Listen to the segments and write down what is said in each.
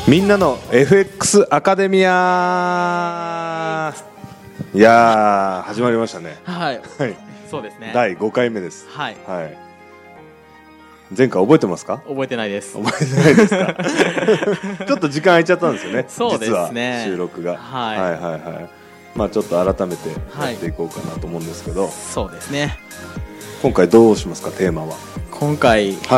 みんなの FX アカデミア。いやー始まりましたね。 はい、 はい、 そうですね。 第5回目です。 はい、 はい、前回覚えてますか？ 覚えてないです。 覚えてないですか？ちょっと時間空いちゃったんですよね。 そうですね、 実は収録が、 はい、 はいはいはい。まあちょっと改めてやっていこうかなと思うんですけど、 そうですね。 今回どうしますか？テーマは今回目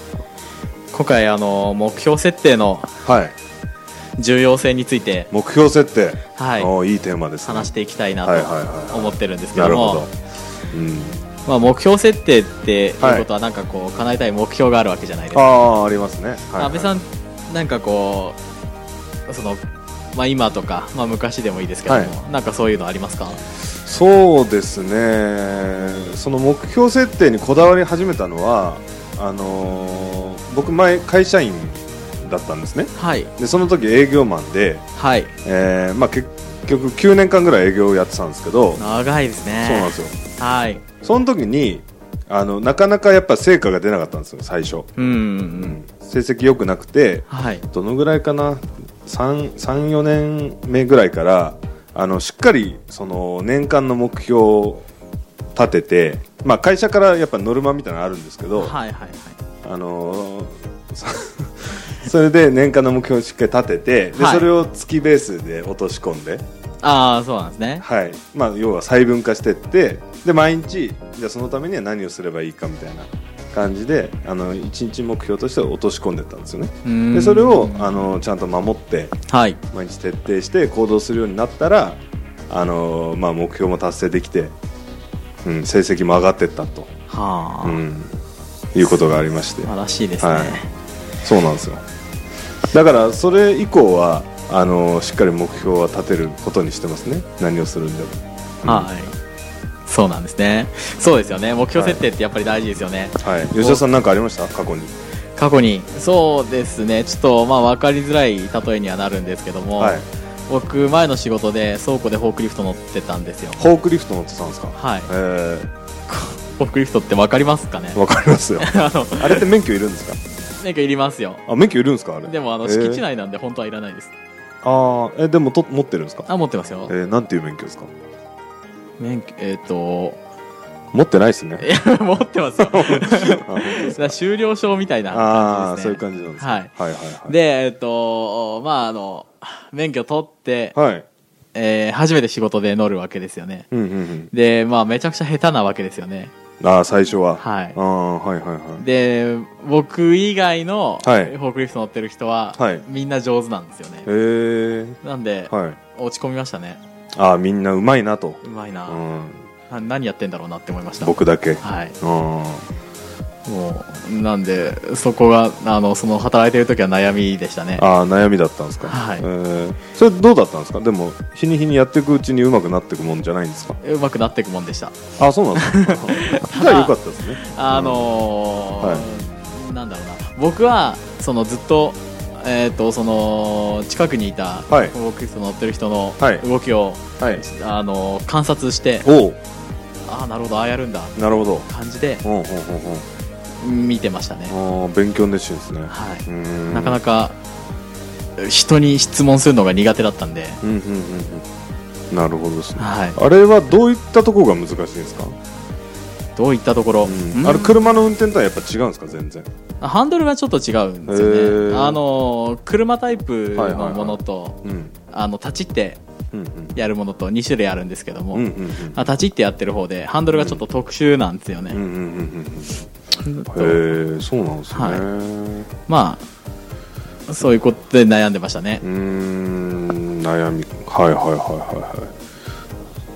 標設定の重要性について、 目標設定、 はい、 いいテーマですね。 話していきたいなと思ってるんですけども、 なるほど、 まあ、目標設定っていうことはなんかこう叶えたい目標があるわけじゃないですか。 ありますね。 安倍さんなんかこうまあ、今とか、まあ、昔でもいいですけども、なんかそういうのありますか？ そうですね、その目標設定にこだわり始めたのは僕前会社員だったんですね。 はい、 でその時営業マンで、 はい、 まあ、結局9年間ぐらい営業をやってたんですけど。 長いですね。 そうなんですよ。 はい、 その時になかなかやっぱ成果が出なかったんですよ最初。成績良くなくて、はい、どのぐらいかな、3、4年目ぐらいからしっかりその年間の目標を立てて、まあ、会社からやっぱノルマみたいなのあるんですけど、はいはいはい、それで年間の目標をしっかり立てて、でそれを月ベースで落とし込んで、 そうなんですね。 はい、まあ、要は細分化していって、で毎日じゃあそのためには何をすればいいかみたいな感じで1日目標として落とし込んでいったんですよね。でそれをちゃんと守って、はい、毎日徹底して行動するようになったらまあ、目標も達成できて、成績も上がっていったと、いうことがありまして。 素晴らしいですね。はい、 そうなんですよ。だからそれ以降はしっかり目標は立てることにしてますね。何をするんでも。はい、 そうなんですね。そうですよね。目標設定ってやっぱり大事ですよね。 はい、吉田さん何かありました？過去にそうですね、ちょっとまあ分かりづらい例えにはなるんですけども、はい、僕前の仕事で倉庫でフォークリフト乗ってたんですよ。 フォークリフト乗ってたんですか？はい、 フォークリフトって分かりますかね？ 分かりますよ。あれって免許いるんですか？ 免許いりますよ。 免許いるんですか？あれでも敷地内なんで本当はいらないです。 でも持ってるんですか？ 持ってますよ。 なんていう免許ですか？ 免許持ってないですね。 いや持ってますよ。修了証みたいな感じですね。 そういう感じなんですか？はいはいはいはい。 でまあ免許取って、はい、初めて仕事で乗るわけですよね。でまあめちゃくちゃ下手なわけですよね。最初は。はい。はいはいはい。で僕以外のフォークリフト乗ってる人は、みんな上手なんですよね。なんで、落ち込みましたね。 みんなうまいなと。 うまいな。何やってんだろうなって思いました。 僕だけ。 はい。もうなんでそこがその働いてる時は悩みでしたね。 悩みだったんですか？はい。それどうだったんですか？でも日に日にやっていくうちに上手くなっていくもんじゃないんですか？ 上手くなっていくもんでした。 そうなんですか？じゃあよかったですね。なんだろうな、僕はずっとその近くにいたフォークリフト乗ってる人の動きを、観察して、なるほど、やるんだ、なるほど感じで見てましたね。 勉強熱心ですね。 はい。なかなか人に質問するのが苦手だったんで。 なるほどですね。はい。あれはどういったところが難しいんですか？ どういったところ？ あれ車の運転とはやっぱ違うんですか？全然。 ハンドルがちょっと違うんですよね。車タイプのものと、立ちってやるものと2種類あるんですけども、立ちってやってる方でハンドルがちょっと特殊なんですよね。 そうなんですね。 まあそういうことで悩んでましたね。 悩み、はいはいはいはい。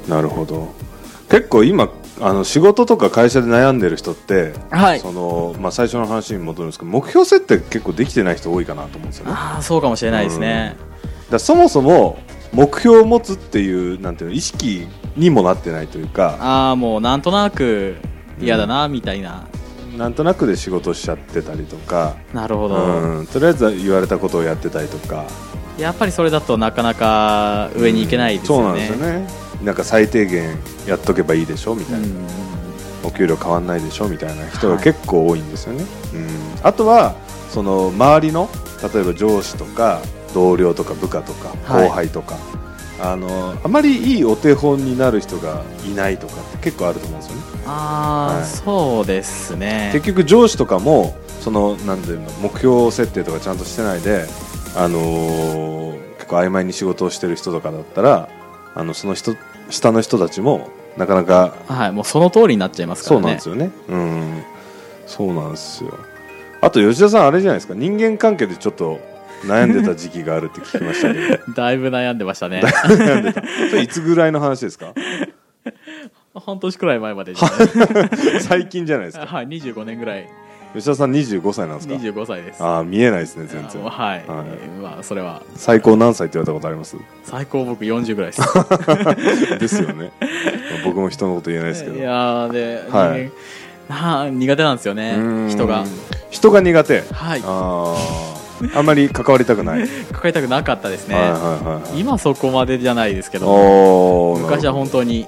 なるほど。結構今仕事とか会社で悩んでる人って、最初の話に戻るんですけど、目標設定結構できてない人多いかなと思うんですよね。 そうかもしれないですね。 そもそも目標を持つっていうなんていうの意識にもなってないというか、 もうなんとなく嫌だなみたいな、 なんとなくで仕事しちゃってたりとか。 なるほど。 とりあえず言われたことをやってたりとか。 やっぱりそれだとなかなか上に行けないですよね。 そうなんですよね。なんか最低限やっとけばいいでしょみたいな、お給料変わんないでしょみたいな人が結構多いんですよね。あとはその周りの例えば上司とか同僚とか部下とか後輩とか、あまりいいお手本になる人がいないとかって結構あると思うんですよね。 そうですね。 結局上司とかもなんていうの、目標設定とかちゃんとしてないで、結構曖昧に仕事をしてる人とかだったら、その下の人たちもなかなか、 もうその通りになっちゃいますからね。 そうなんですよね。そうなんですよ。あと吉田さんあれじゃないですか、人間関係でちょっと悩んでた時期があるって聞きましたけどだいぶ悩んでましたね。 悩んでた。それいつぐらいの話ですか？ 半年くらい前までですね。最近じゃないですか。 25年ぐらい。 吉田さん25歳なんですか ？25歳です。 見えないですね、全然。 まあそれは最高何歳って言われたことあります？ 最高僕40ぐらいですですよね。僕も人のこと言えないですけど。 いやで、苦手なんですよね、人が苦手。 あんまり関わりたくない。 関わりたくなかったですね。今そこまでじゃないですけど、昔は本当に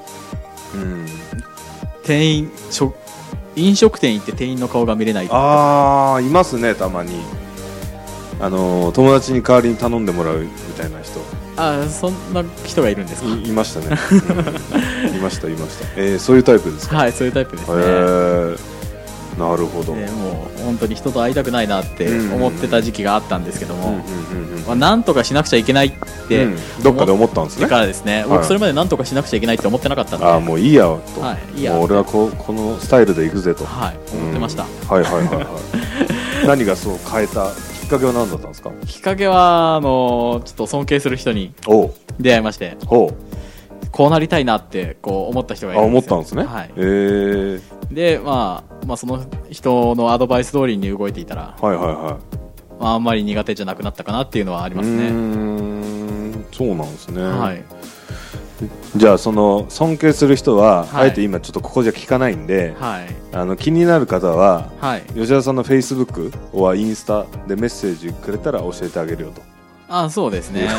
飲食店行って店員の顔が見れない。いますね、たまに。友達に代わりに頼んでもらうみたいな人。 そんな人がいるんですか？ いましたね。いました。そういうタイプですか？ そういうタイプですね。 なるほど。 もう本当に人と会いたくないなって思ってた時期があったんですけども、なんとかしなくちゃいけないってどっかで思ったんですね。 からですね、僕それまでなんとかしなくちゃいけないって思ってなかったんで、 もういいやと、もう俺はこのスタイルで行くぜと、 思ってました。 何がそう変えたきっかけは何だったんですか？ きっかけはちょっと尊敬する人に出会いまして、こうなりたいなって思った人がいるんですよ。 思ったんですね。 でその人のアドバイス通りに動いていたら、あんまり苦手じゃなくなったかなっていうのはありますね。 そうなんですね。じゃあその尊敬する人は、あえて今ちょっとここじゃ聞かないんで、気になる方は、吉田さんのフェイスブックはインスタでメッセージくれたら教えてあげるよと。 そうですね。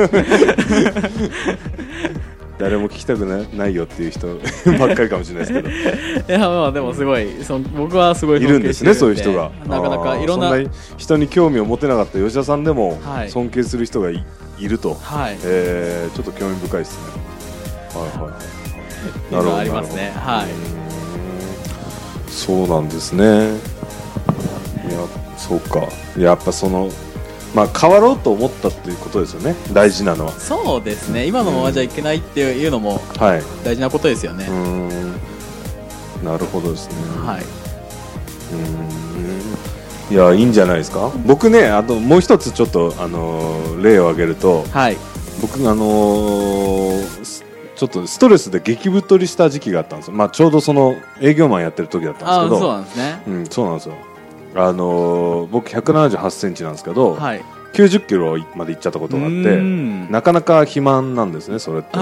誰も聞きたくないよっていう人ばっかりかもしれないですけど。 でもすごい僕はすごいいるんですね、そういう人が。 なかなかいろんな人に興味を持てなかった吉田さんでも尊敬する人がいると、ちょっと興味深いですね。 なるほど、ありますね。 そうなんですね。いや、そうか。やっぱ変わろうと思ったっていうことですよね、大事なのは。 そうですね、今のままじゃいけないっていうのも大事なことですよね。 なるほどですね。いや、いいんじゃないですか。僕ね、あともう一つちょっと例を挙げると、僕ちょっとストレスで激太りした時期があったんですよ。ちょうどその営業マンやってる時だったんですけど。 そうなんですね。 そうなんですよ。僕178センチなんですけど、90キロまでいっちゃったことがあって、なかなか肥満なんですね、それって。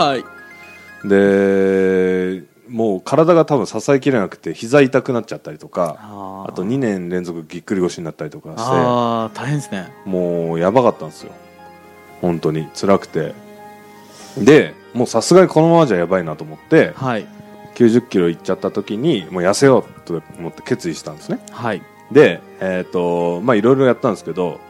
で、もう体が多分支えきれなくて膝痛くなっちゃったりとか、あと2年連続ぎっくり腰になったりとかして、 大変ですね。 もうやばかったんですよ、本当に辛くて。でもうさすがにこのままじゃやばいなと思って、90キロいっちゃった時にもう痩せようと思って決意したんですね。で、いろいろやったんですけど、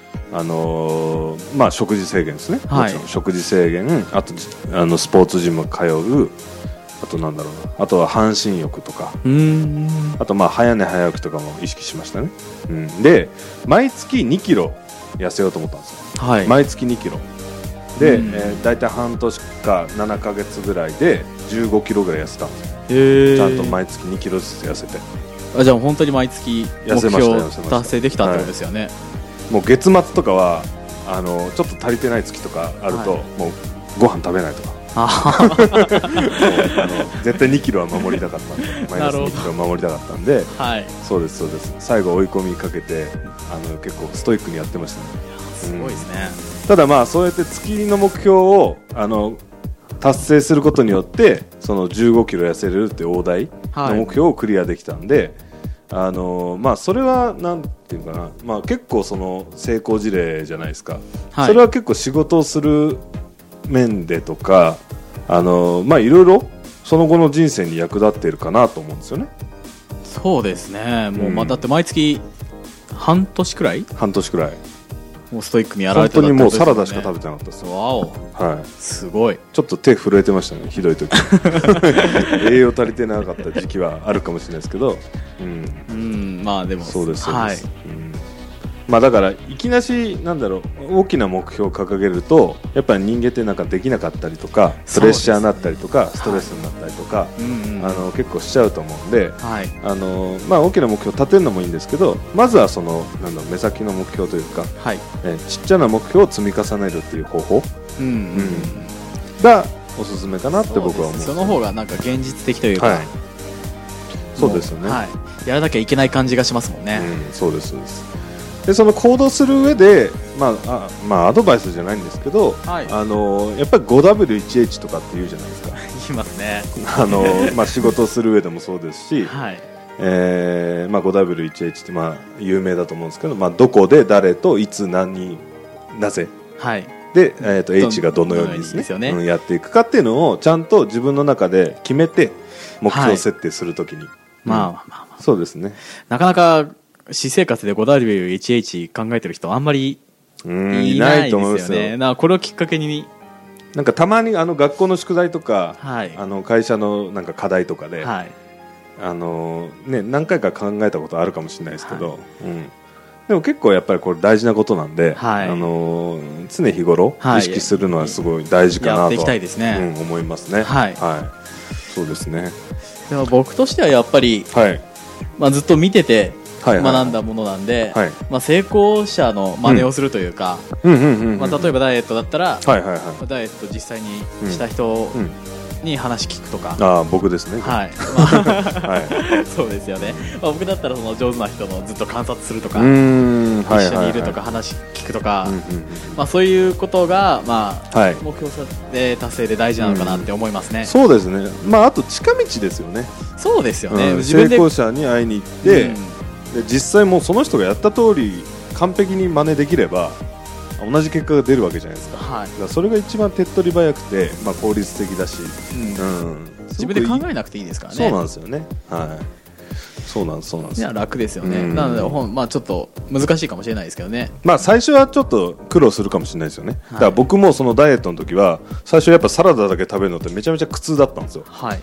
食事制限ですね。もちろん食事制限、あとスポーツジム通う、あとなんだろうな、あとは半身浴とか、あと早寝早起きとかも意識しましたね。で、毎月2キロ痩せようと思ったんですよ。毎月2キロで、だいたい半年か7ヶ月ぐらいで15キロぐらい痩せたんですよ。ちゃんと毎月2キロずつ痩せて。 じゃあ本当に毎月目標達成できたってことですよね。 もう月末とかはちょっと足りてない月とかあると、もうご飯食べないとか。絶対2キロは守りたかったんで、マイナス2キロは守りたかったんで、そうですそうです。最後追い込みかけて結構ストイックにやってましたね。 すごいですね。 ただそうやって月の目標を達成することによってその15キロ痩せれるって大台の目標をクリアできたんで、それはなんていうかな、結構その成功事例じゃないですか。それは結構仕事をする面でとかいろいろその後の人生に役立っているかなと思うんですよね。 そうですね。もうだって毎月半年くらいもうストイックにやられてた本当にもうサラダしか食べてなかったですよ。 わお、 はい、 すごい。 ちょっと手震えてましたね、ひどい時栄養足りてなかった時期はあるかもしれないですけど、 まあでもそうです、そうです、まあだからいきなしなんだろう、大きな目標を掲げるとやっぱり人間ってなんかできなかったりとか、プレッシャーになったりとか、ストレスになったりとか、結構しちゃうと思うんで、まあ大きな目標を立てるのもいいんですけど、まずはそのなんだろう、目先の目標というか、ちっちゃな目標を積み重ねるっていう方法がおすすめかなって僕は思う。 その方がなんか現実的というか、 そうですよね、 やらなきゃいけない感じがしますもんね。 そうです、そうです。でその行動する上で、まあアドバイスじゃないんですけど、やっぱり 5W1H とかって言うじゃないですか。 言いますね。 まあ仕事をする上でもそうですし、まあ 5W1H ってまあ有名だと思うんですけど、まあどこで誰といつ何なぜ、で、H がどのようにですね、やっていくかっていうのをちゃんと自分の中で決めて目標設定するときに、そうですね。 なかなか私生活で 5W1H 考えてる人あんまりいないと思いますよね。これをきっかけになんかたまに学校の宿題とか、会社のなんか課題とかで、何回か考えたことあるかもしれないですけど、でも結構やっぱりこれ大事なことなんで、常日頃意識するのはすごい大事かなと思いますね。そうですね。 でも僕としてはやっぱり、ずっと見てて学んだものなんで、成功者の真似をするというか、例えばダイエットだったら、ダイエット実際にした人に話聞くとか、 僕ですね。 そうですよね。僕だったらその上手な人のずっと観察するとか、一緒にいるとか話聞くとか、そういうことが目標達成で大事なのかなって思いますね。 そうですね。あと近道ですよね。 そうですよね。 成功者に会いに行って、で実際もうその人がやった通り完璧に真似できれば同じ結果が出るわけじゃないですか。だからそれが一番手っ取り早くて、効率的だし、 自分で考えなくていいですからね。 そうなんですよね。そうなんです。 いや楽ですよね。なのでちょっと難しいかもしれないですけどね。 最初はちょっと苦労するかもしれないですよね。だから僕もそのダイエットの時は最初やっぱサラダだけ食べるのってめちゃめちゃ苦痛だったんですよ。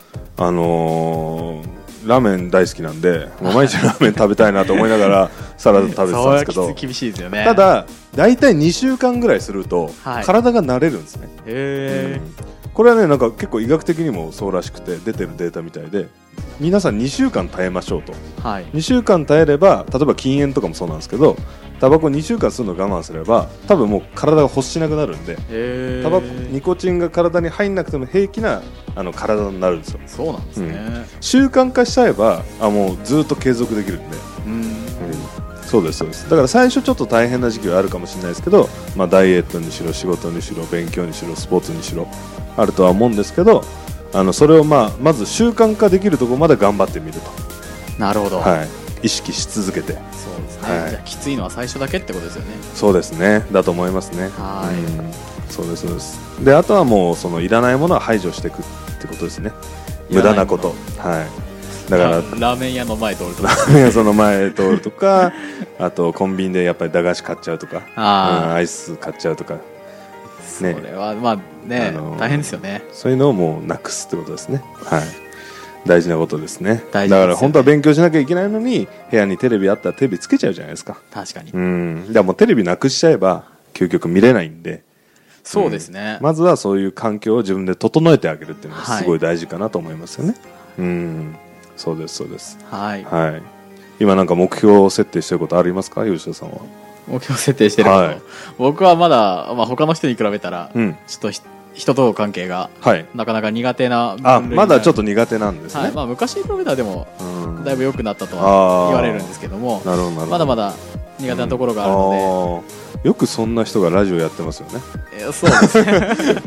ラーメン大好きなんで、毎日ラーメン食べたいなと思いながらサラダ食べてたんですけど厳しいですよね。 ただ大体2週間ぐらいすると体が慣れるんですね。これはね、なんか結構医学的にもそうらしくて出てるデータみたいで、皆さん2週間耐えましょうと、2週間耐えれば、例えば禁煙とかもそうなんですけど、タバコ2週間吸うのを我慢すれば多分もう体が欲しなくなるんで、ニコチンが体に入んなくても平気な体になるんですよ。 そうなんですね。 習慣化しちゃえばもうずっと継続できるんで。そうです、そうです。だから最初ちょっと大変な時期はあるかもしれないですけど、ダイエットにしろ仕事にしろ勉強にしろスポーツにしろあるとは思うんですけど、それをまず習慣化できるところまで頑張ってみると。 なるほど。 意識し続けて。 そうですね。じゃあきついのは最初だけってことですよね。 そうですね。だと思いますね。そうです、そうです。で、あとはもうそのいらないものは排除していくってことですね。無駄なこと。だからラーメン屋の前通るとか、 ラーメン屋その前通るとか、あとコンビニでやっぱり駄菓子買っちゃうとか、アイス買っちゃうとか。 それは大変ですよね。 そういうのをもうなくすってことですね。大事なことですね。だから本当は勉強しなきゃいけないのに、部屋にテレビあったらテレビつけちゃうじゃないですか。 確かに。 だからもうテレビなくしちゃえば究極見れないんで。 そうですね。 まずはそういう環境を自分で整えてあげるっていうのがすごい大事かなと思いますよね。そうです、そうです。今なんか目標設定してることありますか、吉田さんは。 目標設定してること、僕はまだ、他の人に比べたら、ちょっと人との関係がなかなか苦手な、 まだちょっと苦手なんですね。 昔に比べたらでもだいぶ良くなったとは言われるんですけども、まだまだ苦手なところがあるので、よくそんな人がラジオやってますよね。 そうですね。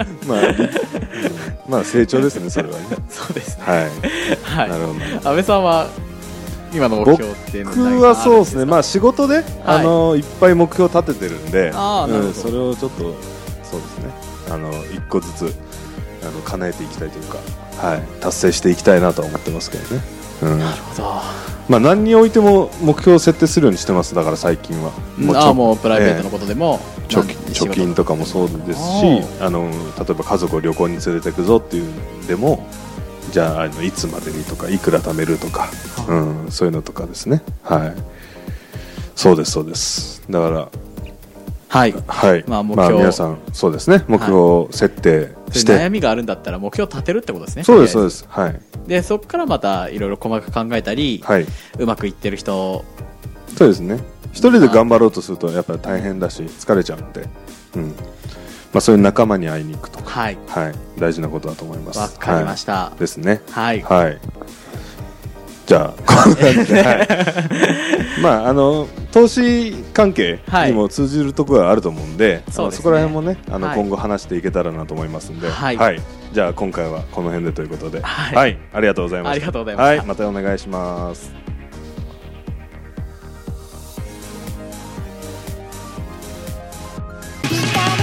成長ですね、それはね。 そうですね。 なるほど。 安倍さんは今の目標っていうのは何僕はそうですね、仕事でいっぱい目標を立ててるんで、それをちょっとそうですね、一個ずつ叶えていきたいというか、達成していきたいなと思ってますけどね。 なるほど。 何においても目標を設定するようにしてます。だから最近はもうプライベートのことでも、 貯金とかもそうですし、例えば家族を旅行に連れてくぞっていうのでも、じゃあ、いつまでにとかいくら貯めるとか、そういうのとかですね。はい、そうですそうです。だからはい、 はい、目標、皆さんそうですね、目標設定して、 悩みがあるんだったら目標を立てるってことですね。 そうですそうです。はい。 でそこからまたいろいろ細かく考えたり、うまくいってる人、 そうですね。一人で頑張ろうとするとやっぱり大変だし疲れちゃうんで、そういう仲間に会いに行くとか、大事なことだと思います。 わかりました。 ですね。 はい。 じゃあこんな感じで、投資関係にも通じるところがあると思うんで、そこら辺もね、今後話していけたらなと思いますんで、じゃあ今回はこの辺でということで、ありがとうございました。 ありがとうございました。 またお願いします。 Bye.